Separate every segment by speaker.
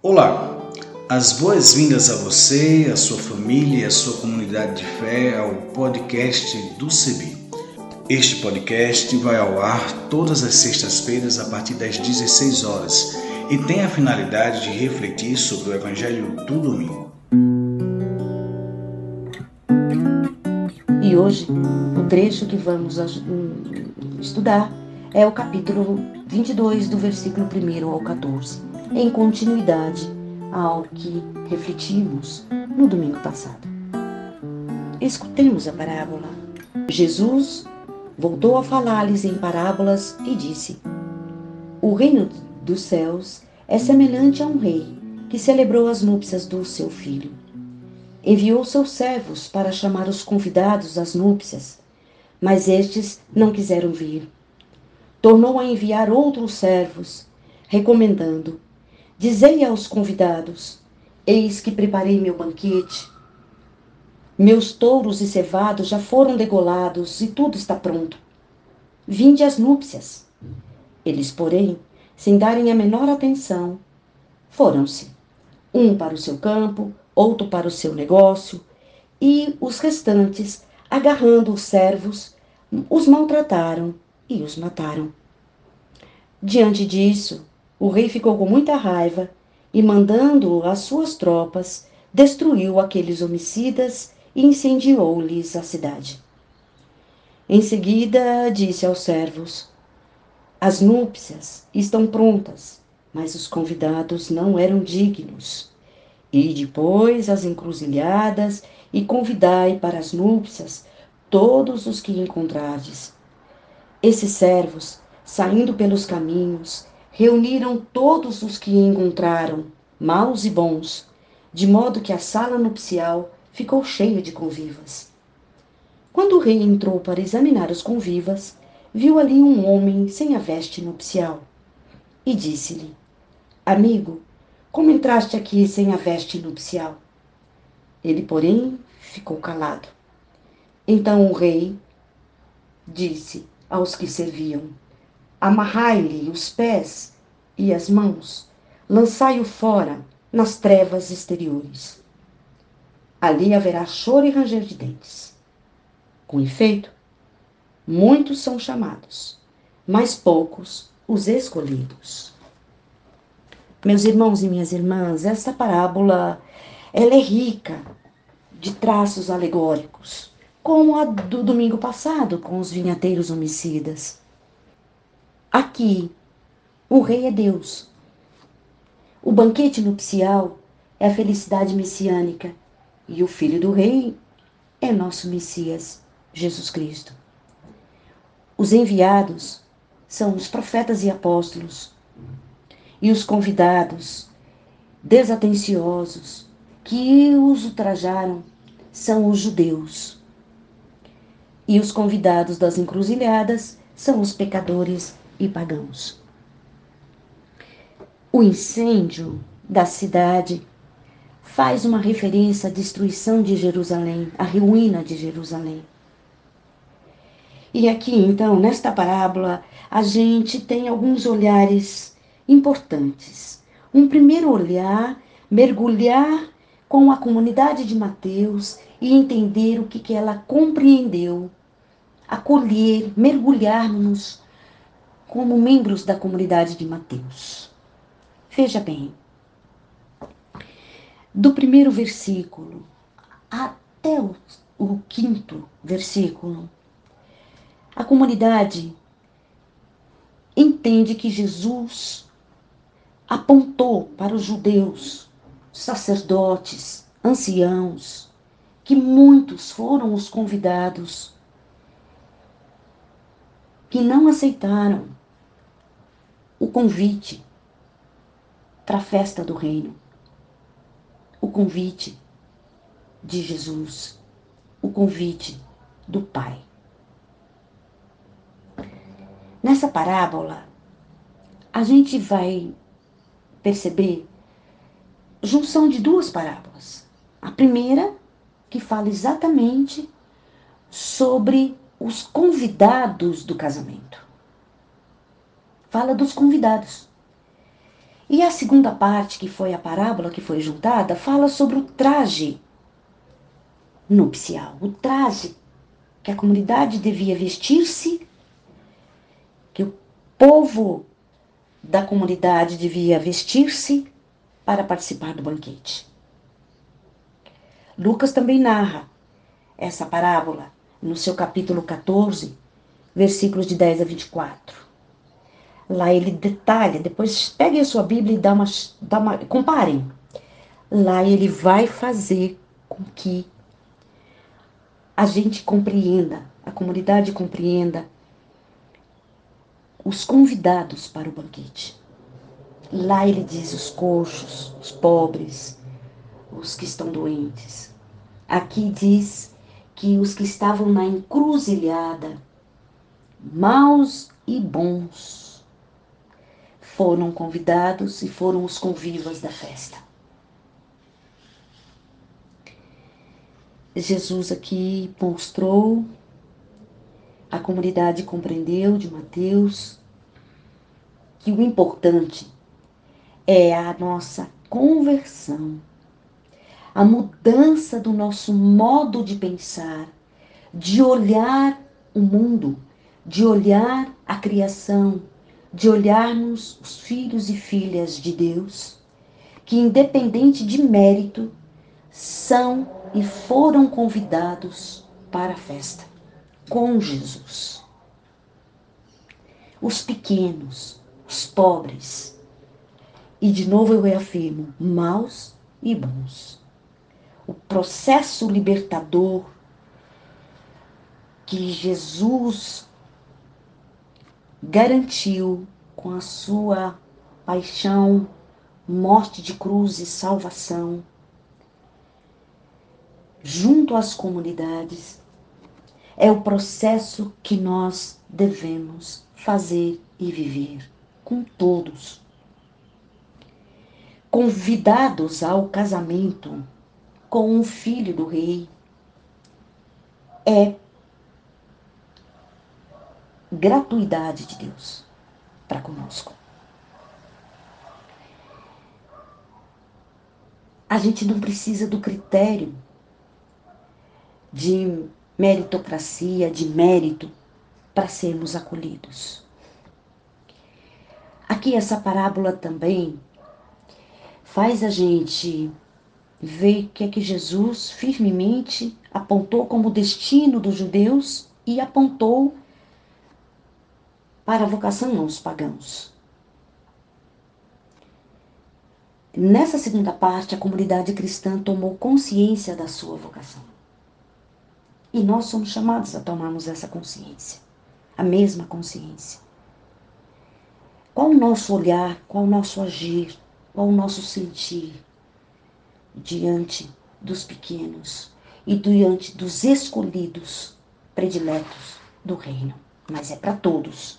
Speaker 1: Olá, as boas-vindas a você, a sua família e a sua comunidade de fé ao podcast do CEBI. Este podcast vai ao ar todas as sextas-feiras a partir das 16 horas e tem a finalidade de refletir sobre o Evangelho do domingo.
Speaker 2: E hoje, o trecho que vamos estudar é o capítulo 22, do versículo 1 ao 14, em continuidade ao que refletimos no domingo passado. Escutemos a parábola. Jesus voltou a falar-lhes em parábolas e disse: O reino dos céus é semelhante a um rei que celebrou as núpcias do seu filho. Enviou seus servos para chamar os convidados às núpcias, mas estes não quiseram vir. Tornou a enviar outros servos, recomendando: Dizei aos convidados: Eis que preparei meu banquete. Meus touros e cevados já foram degolados e tudo está pronto. Vinde às núpcias. Eles, porém, sem darem a menor atenção, foram-se. Um para o seu campo, outro para o seu negócio, e os restantes, agarrando os servos, os maltrataram e os mataram. Diante disso, o rei ficou com muita raiva e, mandando as suas tropas, destruiu aqueles homicidas e incendiou-lhes a cidade. Em seguida, disse aos servos: As núpcias estão prontas, mas os convidados não eram dignos. E depois as encruzilhadas e convidai para as núpcias todos os que encontrardes. Esses servos, saindo pelos caminhos, reuniram todos os que encontraram, maus e bons, de modo que a sala nupcial ficou cheia de convivas. Quando o rei entrou para examinar os convivas, viu ali um homem sem a veste nupcial e disse-lhe: Amigo, como entraste aqui sem a veste nupcial? Ele, porém, ficou calado. Então o rei disse aos que serviam: Amarrai-lhe os pés e as mãos, lançai-o fora nas trevas exteriores. Ali haverá choro e ranger de dentes. Com efeito, muitos são chamados, mas poucos os escolhidos. Meus irmãos e minhas irmãs, esta parábola ela é rica de traços alegóricos, como a do domingo passado com os vinhateiros homicidas. Aqui, o rei é Deus. O banquete nupcial é a felicidade messiânica e o filho do rei é nosso Messias, Jesus Cristo. Os enviados são os profetas e apóstolos, e os convidados, desatenciosos, que os ultrajaram, são os judeus. E os convidados das encruzilhadas são os pecadores e pagãos. O incêndio da cidade faz uma referência à destruição de Jerusalém, à ruína de Jerusalém. E aqui, então, nesta parábola, a gente tem alguns olhares importantes. Um primeiro olhar, mergulhar com a comunidade de Mateus e entender o que ela compreendeu, acolher, mergulhar-nos como membros da comunidade de Mateus. Veja bem, do primeiro versículo até o quinto versículo, a comunidade entende que Jesus apontou para os judeus, sacerdotes, anciãos, que muitos foram os convidados que não aceitaram o convite para a festa do reino, o convite de Jesus, o convite do Pai. Nessa parábola, a gente vai perceber junção de duas parábolas. A primeira, que fala exatamente sobre os convidados do casamento. Fala dos convidados. E a segunda parte, que foi a parábola que foi juntada, fala sobre o traje nupcial, o traje que a comunidade devia vestir-se, que o povo da comunidade devia vestir-se para participar do banquete. Lucas também narra essa parábola no seu capítulo 14, versículos de 10 a 24. Lá ele detalha, depois peguem a sua Bíblia e comparem. Lá ele vai fazer com que a gente compreenda, a comunidade compreenda os convidados para o banquete. Lá ele diz os coxos, os pobres, os que estão doentes. Aqui diz que os que estavam na encruzilhada, maus e bons, foram convidados e foram os convivas da festa. Jesus aqui mostrou, a comunidade compreendeu de Mateus, que o importante é a nossa conversão, a mudança do nosso modo de pensar, de olhar o mundo, de olhar a criação, de olharmos os filhos e filhas de Deus, que independente de mérito, são e foram convidados para a festa com Jesus. Os pequenos, os pobres, e de novo eu reafirmo, maus e bons. O processo libertador que Jesus garantiu com a sua paixão, morte de cruz e salvação, junto às comunidades, é o processo que nós devemos fazer e viver com todos. Convidados ao casamento com um filho do rei, é gratuidade de Deus para conosco. A gente não precisa do critério de meritocracia, de mérito, para sermos acolhidos. Aqui essa parábola também faz a gente ver que é que Jesus firmemente apontou como destino dos judeus e apontou para a vocação aos pagãos. Nessa segunda parte, a comunidade cristã tomou consciência da sua vocação. E nós somos chamados a tomarmos essa consciência, a mesma consciência. Qual o nosso olhar, qual o nosso agir, qual o nosso sentir diante dos pequenos e diante dos escolhidos prediletos do reino? Mas é para todos.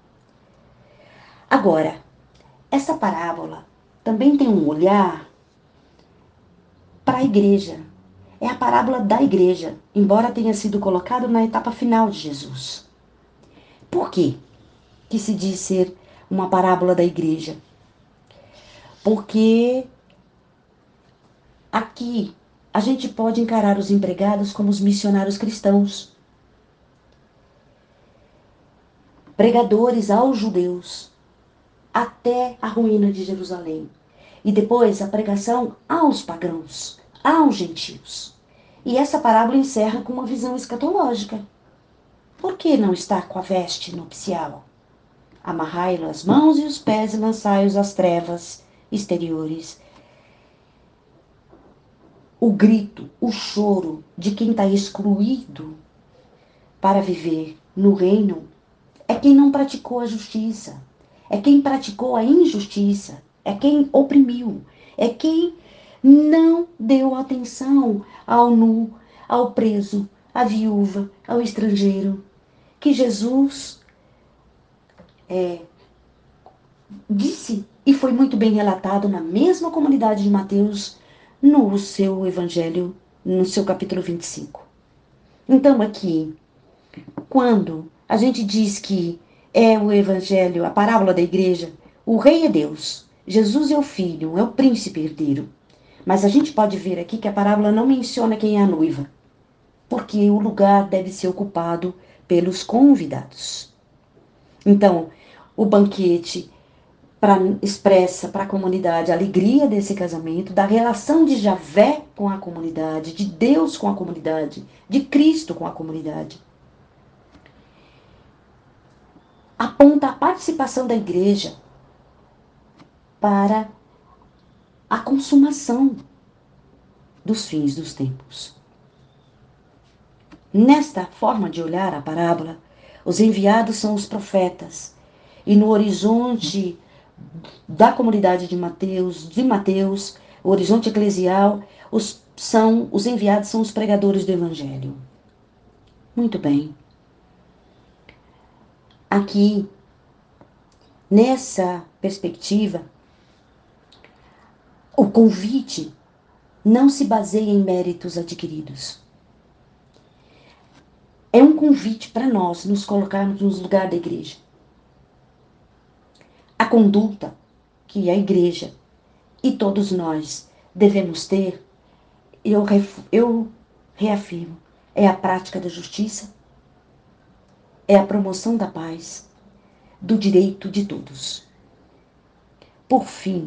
Speaker 2: Agora, essa parábola também tem um olhar para a igreja. É a parábola da igreja, embora tenha sido colocado na etapa final de Jesus. Por quê que se diz ser uma parábola da igreja? Porque aqui a gente pode encarar os empregados como os missionários cristãos, pregadores aos judeus, até a ruína de Jerusalém. E depois a pregação aos pagãos, aos gentios. E essa parábola encerra com uma visão escatológica. Por que não estar com a veste nupcial? Amarrai-lo as mãos e os pés e lançai-os às trevas exteriores. O grito, o choro de quem está excluído para viver no reino é quem não praticou a justiça, é quem praticou a injustiça, é quem oprimiu, é quem não deu atenção ao nu, ao preso, à viúva, ao estrangeiro, que Jesus disse e foi muito bem relatado na mesma comunidade de Mateus, no seu evangelho, no seu capítulo 25. Então aqui, quando a gente diz que é o evangelho, a parábola da igreja, o rei é Deus, Jesus é o filho, é o príncipe herdeiro. Mas a gente pode ver aqui que a parábola não menciona quem é a noiva, porque o lugar deve ser ocupado pelos convidados. Então, o banquete expressa para a comunidade a alegria desse casamento, da relação de Javé com a comunidade, de Deus com a comunidade, de Cristo com a comunidade. Aponta a participação da igreja para a consumação dos fins dos tempos. Nesta forma de olhar a parábola, os enviados são os profetas, e no horizonte da comunidade de Mateus, o horizonte eclesial, os enviados são os pregadores do evangelho. Muito bem. Aqui, nessa perspectiva, o convite não se baseia em méritos adquiridos. É um convite para nós nos colocarmos no lugar da igreja. A conduta que a igreja e todos nós devemos ter, eu reafirmo, é a prática da justiça, é a promoção da paz, do direito de todos. Por fim,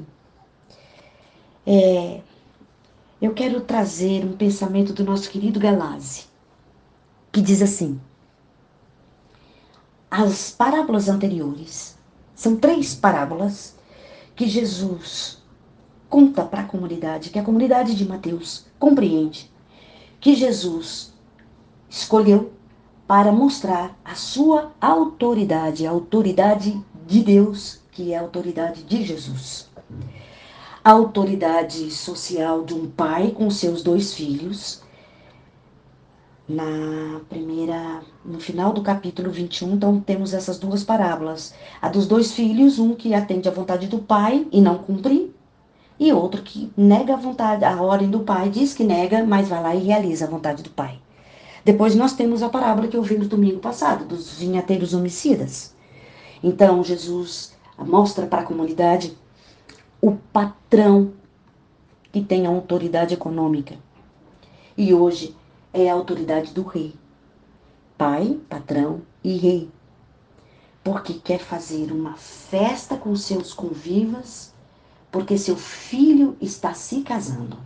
Speaker 2: eu quero trazer um pensamento do nosso querido Galazzi, que diz assim: as parábolas anteriores são 3 parábolas que Jesus conta para a comunidade, que a comunidade de Mateus compreende, que Jesus escolheu para mostrar a sua autoridade, a autoridade de Deus, que é a autoridade de Jesus. A autoridade social de um pai com seus 2 filhos. No final do capítulo 21, então temos essas 2 parábolas. A dos 2 filhos, um que atende à vontade do pai e não cumpre, e outro que nega a vontade, a ordem do pai, diz que nega, mas vai lá e realiza a vontade do pai. Depois nós temos a parábola que eu vi no domingo passado, dos vinhateiros homicidas. Então, Jesus mostra para a comunidade o patrão que tem a autoridade econômica. E hoje é a autoridade do rei. Pai, patrão e rei. Porque quer fazer uma festa com seus convivas, porque seu filho está se casando.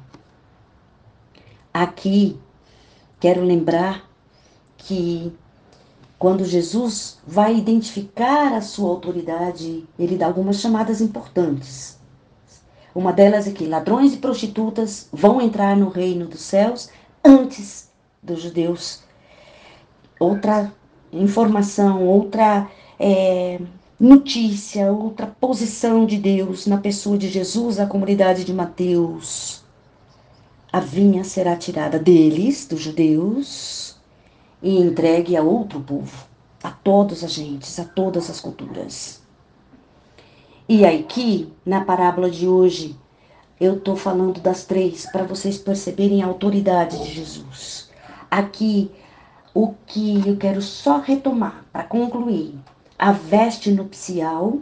Speaker 2: Aqui, quero lembrar que quando Jesus vai identificar a sua autoridade, ele dá algumas chamadas importantes. Uma delas é que ladrões e prostitutas vão entrar no reino dos céus antes dos judeus. Outra informação, outra notícia, outra posição de Deus na pessoa de Jesus, a comunidade de Mateus. A vinha será tirada deles, dos judeus, e entregue a outro povo, a todos as gentes, a todas as culturas. E aqui, na parábola de hoje, eu estou falando das 3 para vocês perceberem a autoridade de Jesus. Aqui, o que eu quero só retomar para concluir: a veste nupcial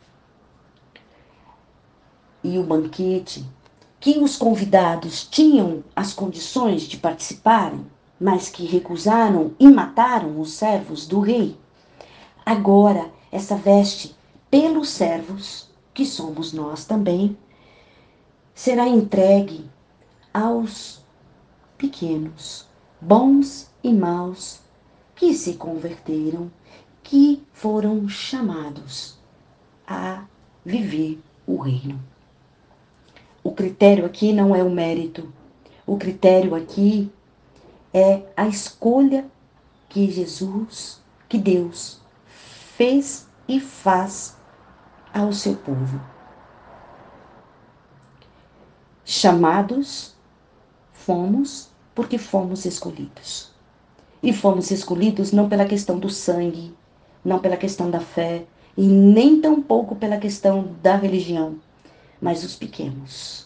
Speaker 2: e o banquete, que os convidados tinham as condições de participarem, mas que recusaram e mataram os servos do rei. Agora, essa veste, pelos servos, que somos nós também, será entregue aos pequenos, bons e maus, que se converteram, que foram chamados a viver o reino. O critério aqui não é o mérito. O critério aqui é a escolha que Jesus, que Deus fez e faz ao seu povo. Chamados fomos porque fomos escolhidos. E fomos escolhidos não pela questão do sangue, não pela questão da fé, e nem tampouco pela questão da religião, mas os pequenos.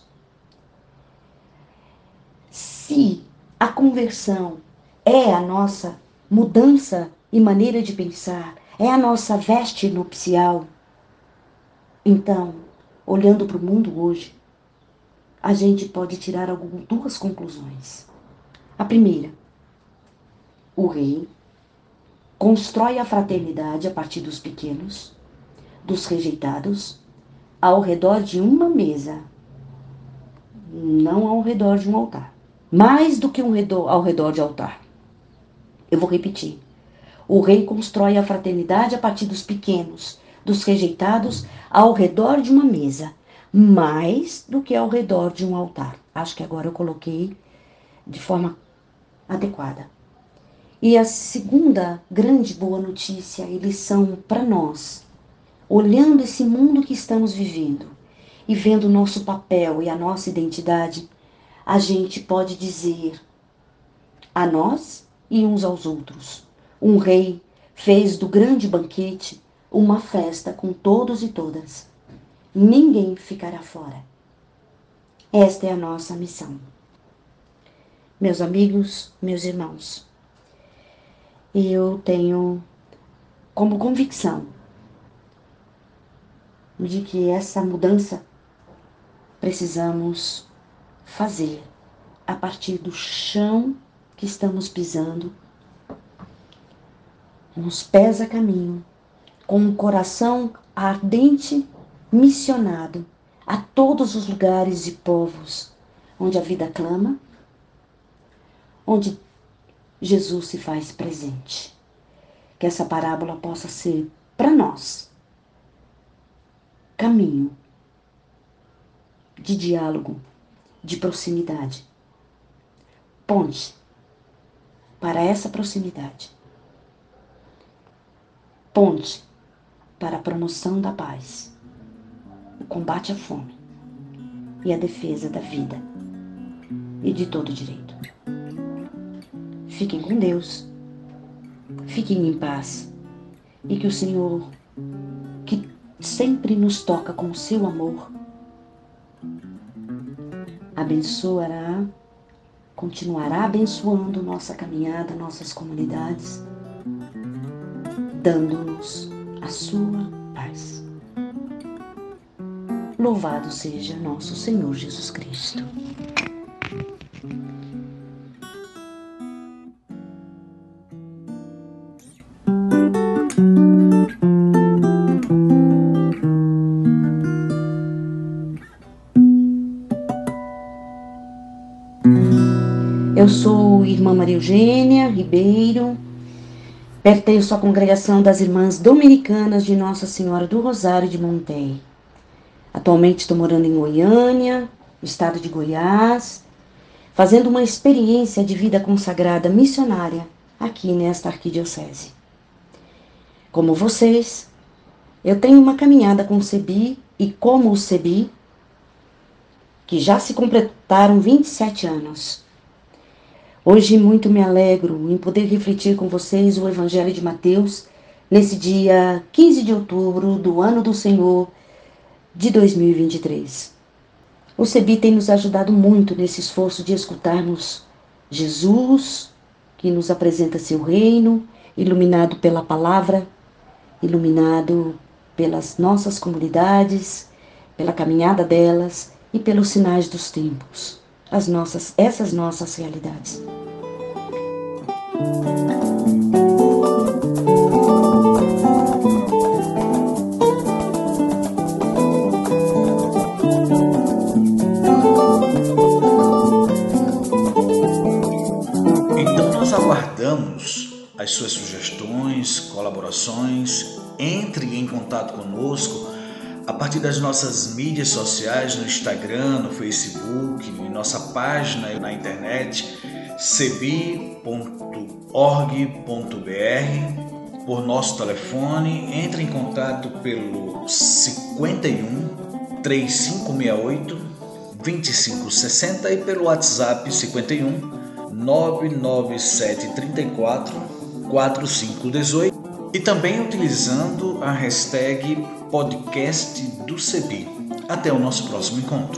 Speaker 2: Se a conversão é a nossa mudança e maneira de pensar, é a nossa veste nupcial, então olhando para o mundo hoje, a gente pode tirar duas conclusões. A primeira, o rei constrói a fraternidade a partir dos pequenos, dos rejeitados, ao redor de uma mesa, não ao redor de um altar. Mais do que ao redor de altar. Eu vou repetir. O rei constrói a fraternidade a partir dos pequenos, dos rejeitados, ao redor de uma mesa, mais do que ao redor de um altar. Acho que agora eu coloquei de forma adequada. E a segunda grande boa notícia e lição para nós, olhando esse mundo que estamos vivendo e vendo o nosso papel e a nossa identidade, a gente pode dizer a nós e uns aos outros: um rei fez do grande banquete uma festa com todos e todas. Ninguém ficará fora. Esta é a nossa missão. Meus amigos, meus irmãos, eu tenho como convicção de que essa mudança precisamos fazer a partir do chão que estamos pisando, nos pés a caminho, com um coração ardente, missionado a todos os lugares e povos onde a vida clama, onde Jesus se faz presente. Que essa parábola possa ser para nós caminho de diálogo, de proximidade, ponte para essa proximidade, ponte para a promoção da paz, o combate à fome e a defesa da vida e de todo direito. Fiquem com Deus, fiquem em paz e que o Senhor, que sempre nos toca com o seu amor, abençoará, continuará abençoando nossa caminhada, nossas comunidades, dando-nos a sua paz. Louvado seja nosso Senhor Jesus Cristo. Eu sou irmã Maria Eugênia Ribeiro, pertenço à congregação das Irmãs Dominicanas de Nossa Senhora do Rosário de Monteiro. Atualmente estou morando em Goiânia, no estado de Goiás, fazendo uma experiência de vida consagrada missionária aqui nesta arquidiocese. Como vocês, eu tenho uma caminhada com o CEBI e como o CEBI, que já se completaram 27 anos. Hoje muito me alegro em poder refletir com vocês o Evangelho de Mateus, nesse dia 15 de outubro do ano do Senhor de 2023. O CEBI tem nos ajudado muito nesse esforço de escutarmos Jesus, que nos apresenta seu reino, iluminado pela palavra, iluminado pelas nossas comunidades, pela caminhada delas e pelos sinais dos tempos, essas nossas realidades.
Speaker 1: Então nós aguardamos as suas sugestões, colaborações. Entre em contato conosco a partir das nossas mídias sociais, no Instagram, no Facebook, em nossa página na internet, cebi.org.br, por nosso telefone. Entre em contato pelo 51 3568 2560 e pelo WhatsApp 51 99734 4518 e também utilizando a hashtag podcast do CEBI. Até o nosso próximo encontro.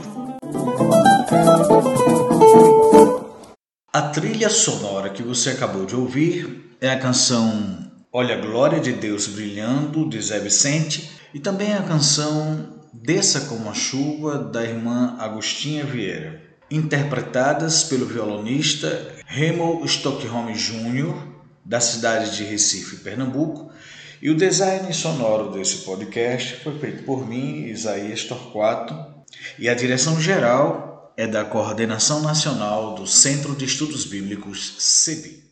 Speaker 1: A trilha sonora que você acabou de ouvir é a canção Olha a Glória de Deus Brilhando, de Zé Vicente, e também a canção Desça como a Chuva, da irmã Agostinha Vieira, interpretadas pelo violonista Remo Stockholm Jr., da cidade de Recife, Pernambuco, e o design sonoro desse podcast foi feito por mim, Isaías Torquato, e a direção geral é da Coordenação Nacional do Centro de Estudos Bíblicos, CEBI.